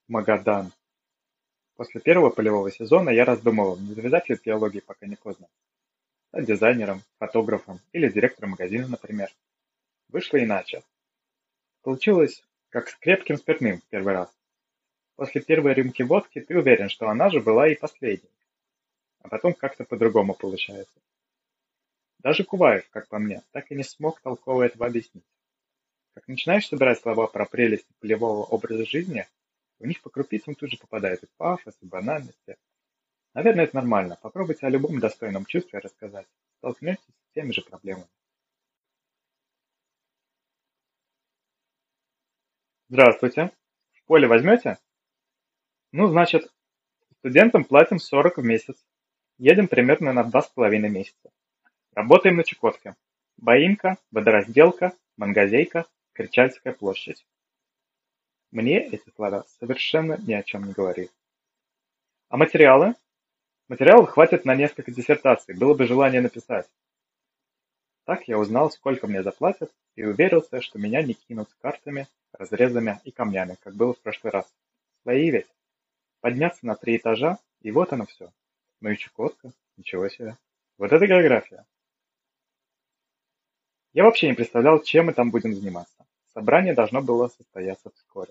Магадан. После первого полевого сезона я раздумывал, не завязать ли с геологией, пока не поздно. Стать дизайнером, фотографом или директором магазина, например. Вышло иначе. Получилось, как с крепким спиртным в первый раз. После первой рюмки водки ты уверен, что она же была и последней. А потом как-то по-другому получается. Даже Куваев, как по мне, так и не смог толково этого объяснить. Как начинаешь собирать слова про прелести полевого образа жизни, в них по крупицам тут же попадает и пафос, и банальности. Наверное, это нормально. Попробуйте о любом достойном чувстве рассказать. Столкнетесь с теми же проблемами. Здравствуйте. В поле возьмете? Ну, значит, студентам платим 40 в месяц. Едем примерно на 2,5 месяца. Работаем на Чукотке. Баинка, водоразделка, Мангазейка, Кричальская площадь. Мне эти слова совершенно ни о чем не говорит. А материалы? Материалов хватит на несколько диссертаций, было бы желание написать. Так я узнал, сколько мне заплатят, и уверился, что меня не кинут с картами, разрезами и камнями, как было в прошлый раз. Свои ведь. Подняться на 3 этажа, и вот оно все. Ну и Чукотка, ничего себе. Вот это география. Я вообще не представлял, чем мы там будем заниматься. Собрание должно было состояться вскоре.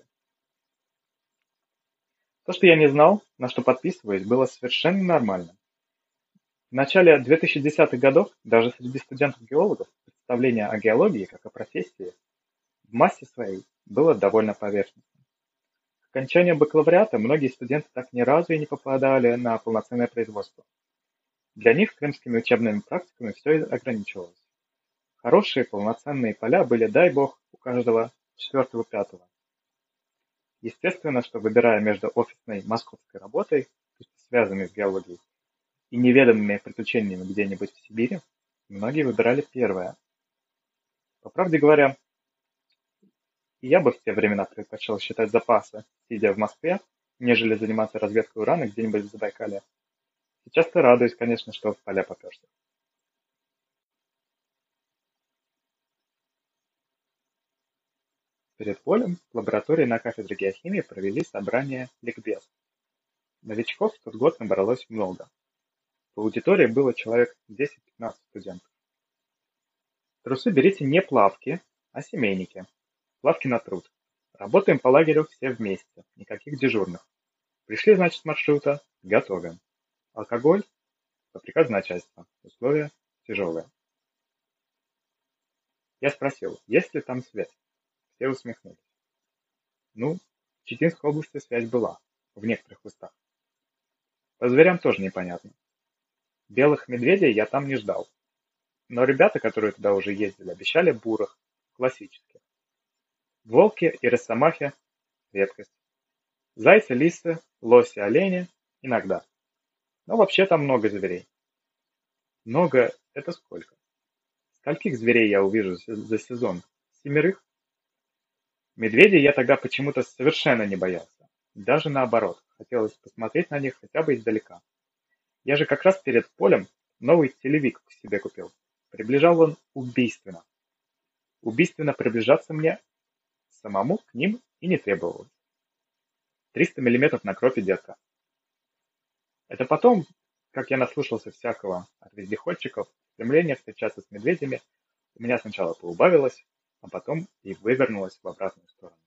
То, что я не знал, на что подписываюсь, было совершенно нормально. В начале 2010-х годов даже среди студентов-геологов представление о геологии как о профессии в массе своей было довольно поверхностным. К окончанию бакалавриата многие студенты так ни разу и не попадали на полноценное производство. Для них крымскими учебными практиками все ограничивалось. Хорошие полноценные поля были, дай бог, у каждого четвертого-пятого. Естественно, что выбирая между офисной московской работой, связанной с геологией, и неведомыми приключениями где-нибудь в Сибири, многие выбирали первое. По правде говоря, и я бы в те времена предпочел считать запасы, сидя в Москве, нежели заниматься разведкой урана где-нибудь в Забайкалье. Сейчас-то радуюсь, конечно, что в поля попёрся. Перед полем в лаборатории на кафедре геохимии провели собрание ликбез. Новичков в тот год набралось много. В аудитории было человек 10-15 студентов. Трусы берите не плавки, а семейники. Плавки на труд. Работаем по лагерю все вместе, никаких дежурных. Пришли, значит, с маршрута, готовим. Алкоголь по приказу начальства. Условия тяжелые. Я спросил, есть ли там связь? Все усмехнулись. Ну, в Читинской области связь была, в некоторых местах. По зверям тоже непонятно. Белых медведей я там не ждал. Но ребята, которые туда уже ездили, обещали бурых, классических. Волки и росомахи– редкость. Зайцы, лисы, лоси, олени– иногда. Но вообще там много зверей. Много– это сколько? Скольких зверей я увижу за сезон? 7? Медведей я тогда почему-то совершенно не боялся. Даже наоборот, хотелось посмотреть на них хотя бы издалека. Я же как раз перед полем новый телевик к себе купил. Приближал он убийственно. Убийственно приближаться мне самому к ним и не требовалось. 300 миллиметров на кропе, детка. Это потом, как я наслушался всякого от вездеходчиков, стремление встречаться с медведями у меня сначала поубавилось, а потом и вывернулось в обратную сторону.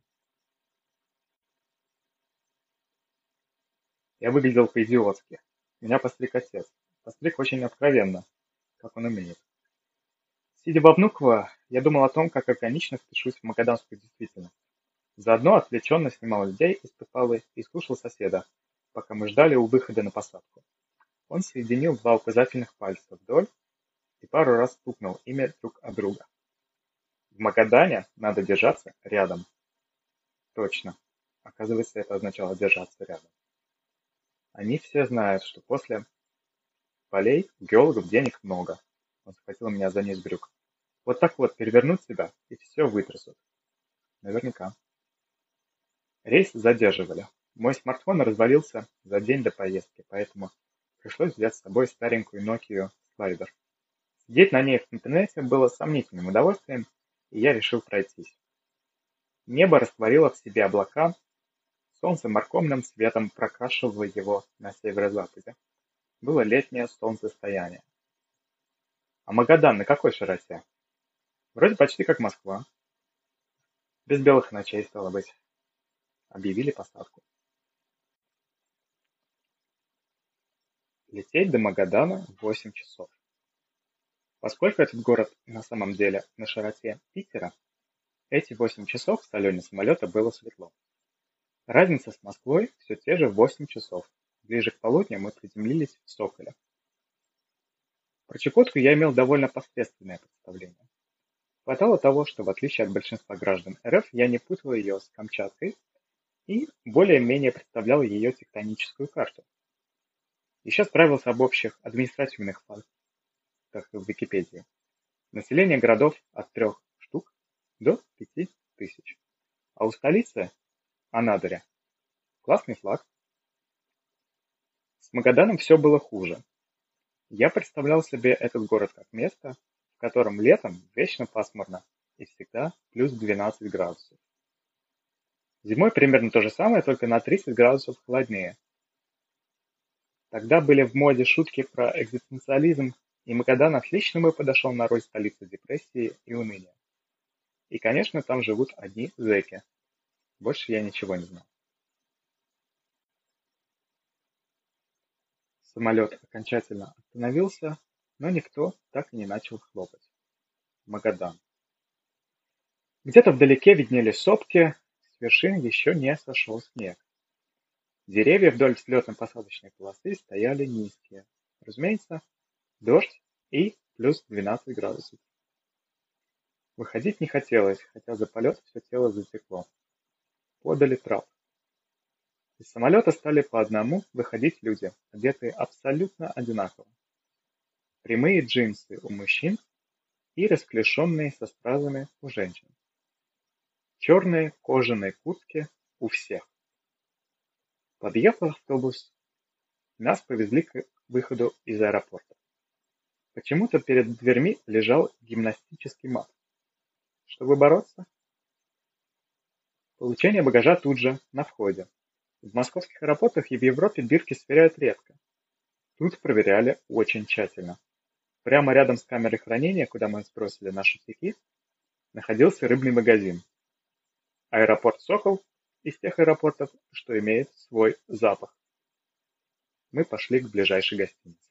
Я выглядел по-идиотски. Меня постриг отец. Постриг очень откровенно, как он умеет. Сидя во Внуково, я думал о том, как органично впишусь в магаданскую действительность. Заодно отвлеченно снимал людей из Пыталы и слушал соседа, пока мы ждали у выхода на посадку. Он соединил два указательных пальца вдоль и пару раз стукнул ими друг от друга. В Магадане надо держаться рядом. Точно. Оказывается, это означало держаться рядом. Они все знают, что после полей у геологов денег много. Он схватил меня за низ брюк. Вот так вот перевернуть себя и все вытрясут. Наверняка. Рейс задерживали. Мой смартфон развалился за день до поездки, поэтому пришлось взять с собой старенькую Nokia Slider. Сидеть на ней в интернете было сомнительным удовольствием, и я решил пройтись. Небо растворило в себе облака, Солнце морковным светом прокрашивало его на северо-западе. Было летнее солнцестояние. А Магадан на какой широте? Вроде почти как Москва. Без белых ночей, стало быть. Объявили посадку. Лететь до Магадана 8 часов. Поскольку этот город на самом деле на широте Питера, эти 8 часов в салоне самолета было светло. Разница с Москвой все те же 8 часов. Ближе к полудню мы приземлились в Соколе. Про Чукотку я имел довольно посредственное представление. Хватало того, что в отличие от большинства граждан РФ, я не путал ее с Камчаткой и более-менее представлял ее тектоническую карту. Еще справился об общих административных фактах в Википедии. Население городов от 3 штук до 5 тысяч. А у столицы, Анадыря, классный флаг. С Магаданом все было хуже. Я представлял себе этот город как место, в котором летом вечно пасмурно и всегда плюс 12 градусов. Зимой примерно то же самое, только на 30 градусов холоднее. Тогда были в моде шутки про экзистенциализм, и Магадан отлично бы подошел на роль столицы депрессии и уныния. И, конечно, там живут одни зэки. Больше я ничего не знал. Самолет окончательно остановился, но никто так и не начал хлопать. Магадан. Где-то вдалеке виднелись сопки, с вершин еще не сошел снег. Деревья вдоль взлетно-посадочной полосы стояли низкие. Разумеется, дождь и плюс 12 градусов. Выходить не хотелось, хотя за полет все тело затекло. Подали трап. Из самолета стали по одному выходить люди, одетые абсолютно одинаково. Прямые джинсы у мужчин и расклешенные со стразами у женщин. Черные кожаные куртки у всех. Подъехал автобус, нас повезли к выходу из аэропорта. Почему-то перед дверьми лежал гимнастический мат. Чтобы бороться? Получение багажа тут же, на входе. В московских аэропортах и в Европе бирки сверяют редко. Тут проверяли очень тщательно. Прямо рядом с камерой хранения, куда мы сбросили наши тики, находился рыбный магазин. Аэропорт «Сокол» из тех аэропортов, что имеет свой запах. Мы пошли к ближайшей гостинице.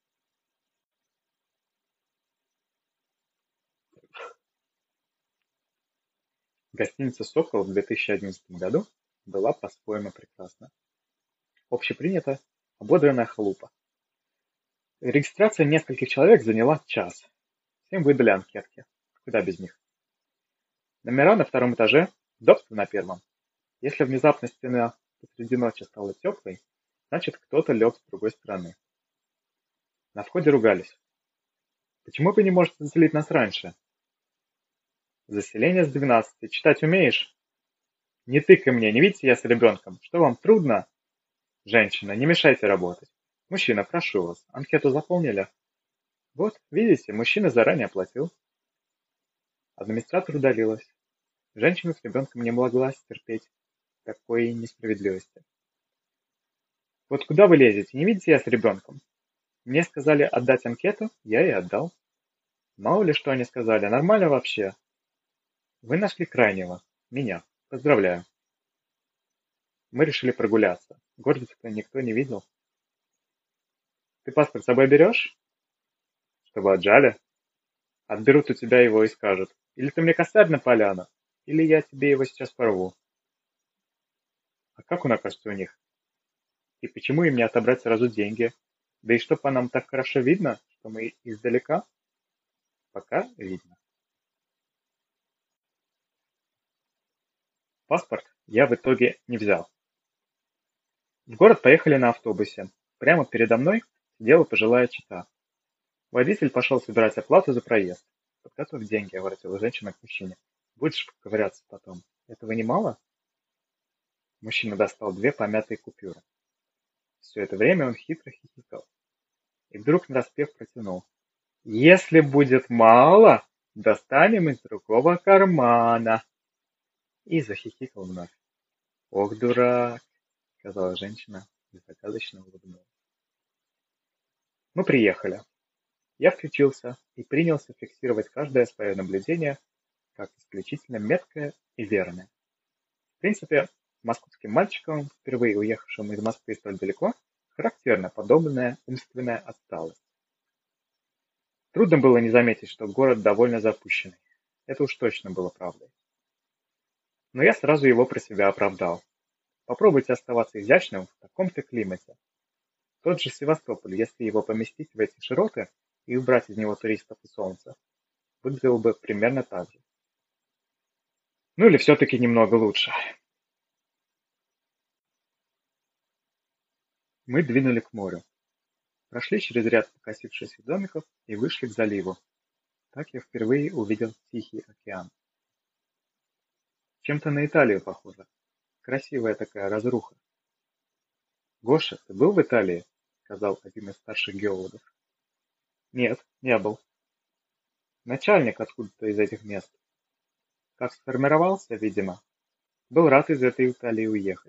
Гостиница «Сокол» в 2011 году была по-своему прекрасна. Общепринято ободранная халупа. Регистрация нескольких человек заняла час. Всем выдали анкетки. Куда без них. Номера на втором этаже, удобство на первом. Если внезапно стена посреди ночи стала теплой, значит кто-то лег с другой стороны. На входе ругались. Почему вы не можете заселить нас раньше? Заселение с 12. Читать умеешь? Не тыкай мне, не видите, я с ребенком. Что вам трудно? Женщина, не мешайте работать. Мужчина, прошу вас, анкету заполнили? Вот, видите, мужчина заранее оплатил. Администратор удалилась. Женщина с ребенком не могла стерпеть такой несправедливости. Вот куда вы лезете? Не видите, я с ребенком? Мне сказали отдать анкету, я и отдал. Мало ли что они сказали, нормально вообще. Вы нашли крайнего, меня. Поздравляю. Мы решили прогуляться. Город-то никто не видел. Ты паспорт с собой берешь? Чтобы отжали? Отберут у тебя его и скажут. Или ты мне косарь на поляну, или я тебе его сейчас порву. А как он окажется у них? И почему им не отобрать сразу деньги? Да и что по нам так хорошо видно, что мы издалека? Пока видно. Паспорт я в итоге не взял. В город поехали на автобусе. Прямо передо мной сидела пожилая чета. Водитель пошел собирать оплату за проезд. Подготовь деньги, обратила женщина к мужчине. Будешь ковыряться потом. Этого не мало? Мужчина достал 2 помятые купюры. Все это время он хитро хихикал. И вдруг нараспев протянул. Если будет мало, достанем из другого кармана. И захихикал вновь. Ох, дурак, сказала женщина и загадочно улыбнулась. Мы приехали. Я включился и принялся фиксировать каждое свое наблюдение как исключительно меткое и верное. В принципе, московским мальчикам, впервые уехавшим из Москвы столь далеко, характерна подобная умственная отсталость. Трудно было не заметить, что город довольно запущенный. Это уж точно было правдой. Но я сразу его про себя оправдал. Попробуйте оставаться изящным в таком-то климате. Тот же Севастополь, если его поместить в эти широты и убрать из него туристов и солнца, выглядел бы примерно так же. Ну или все-таки немного лучше. Мы двинули к морю. Прошли через ряд покосившихся домиков и вышли к заливу. Так я впервые увидел Тихий океан. Чем-то на Италию похоже. Красивая такая разруха. «Гоша, ты был в Италии?» — сказал один из старших геологов. «Нет, не был. Начальник откуда-то из этих мест. Как сформировался, видимо, был рад из этой Италии уехать».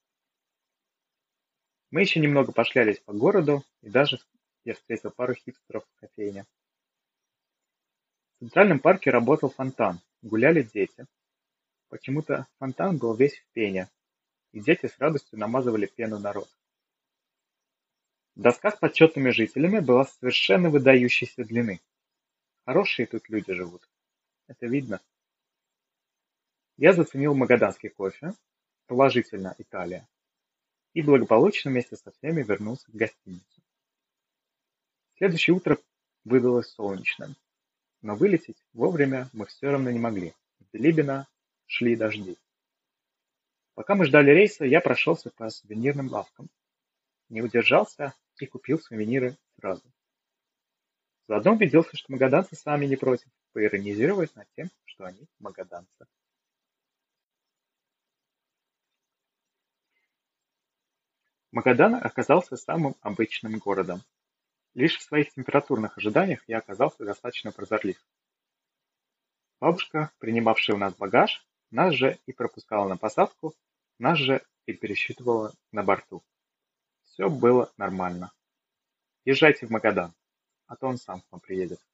Мы еще немного пошлялись по городу, и даже я встретил пару хипстеров в кофейне. В Центральном парке работал фонтан, гуляли дети. Почему-то фонтан был весь в пене, и дети с радостью намазывали пену на рот. Доска с почетными жителями была совершенно выдающейся длины. Хорошие тут люди живут. Это видно. Я заценил магаданский кофе, положительно Италия, и благополучно вместе со всеми вернулся в гостиницу. Следующее утро выдалось солнечным, но вылететь вовремя мы все равно не могли. В Билибино шли дожди. Пока мы ждали рейса, я прошелся по сувенирным лавкам. Не удержался и купил сувениры сразу. Заодно убедился, что магаданцы сами не против поиронизировать над тем, что они магаданцы. Магадан оказался самым обычным городом. Лишь в своих температурных ожиданиях я оказался достаточно прозорлив. Бабушка, принимавшая у нас багаж, нас же и пропускала на посадку, нас же и пересчитывала на борту. Все было нормально. Езжайте в Магадан, а то он сам к вам приедет.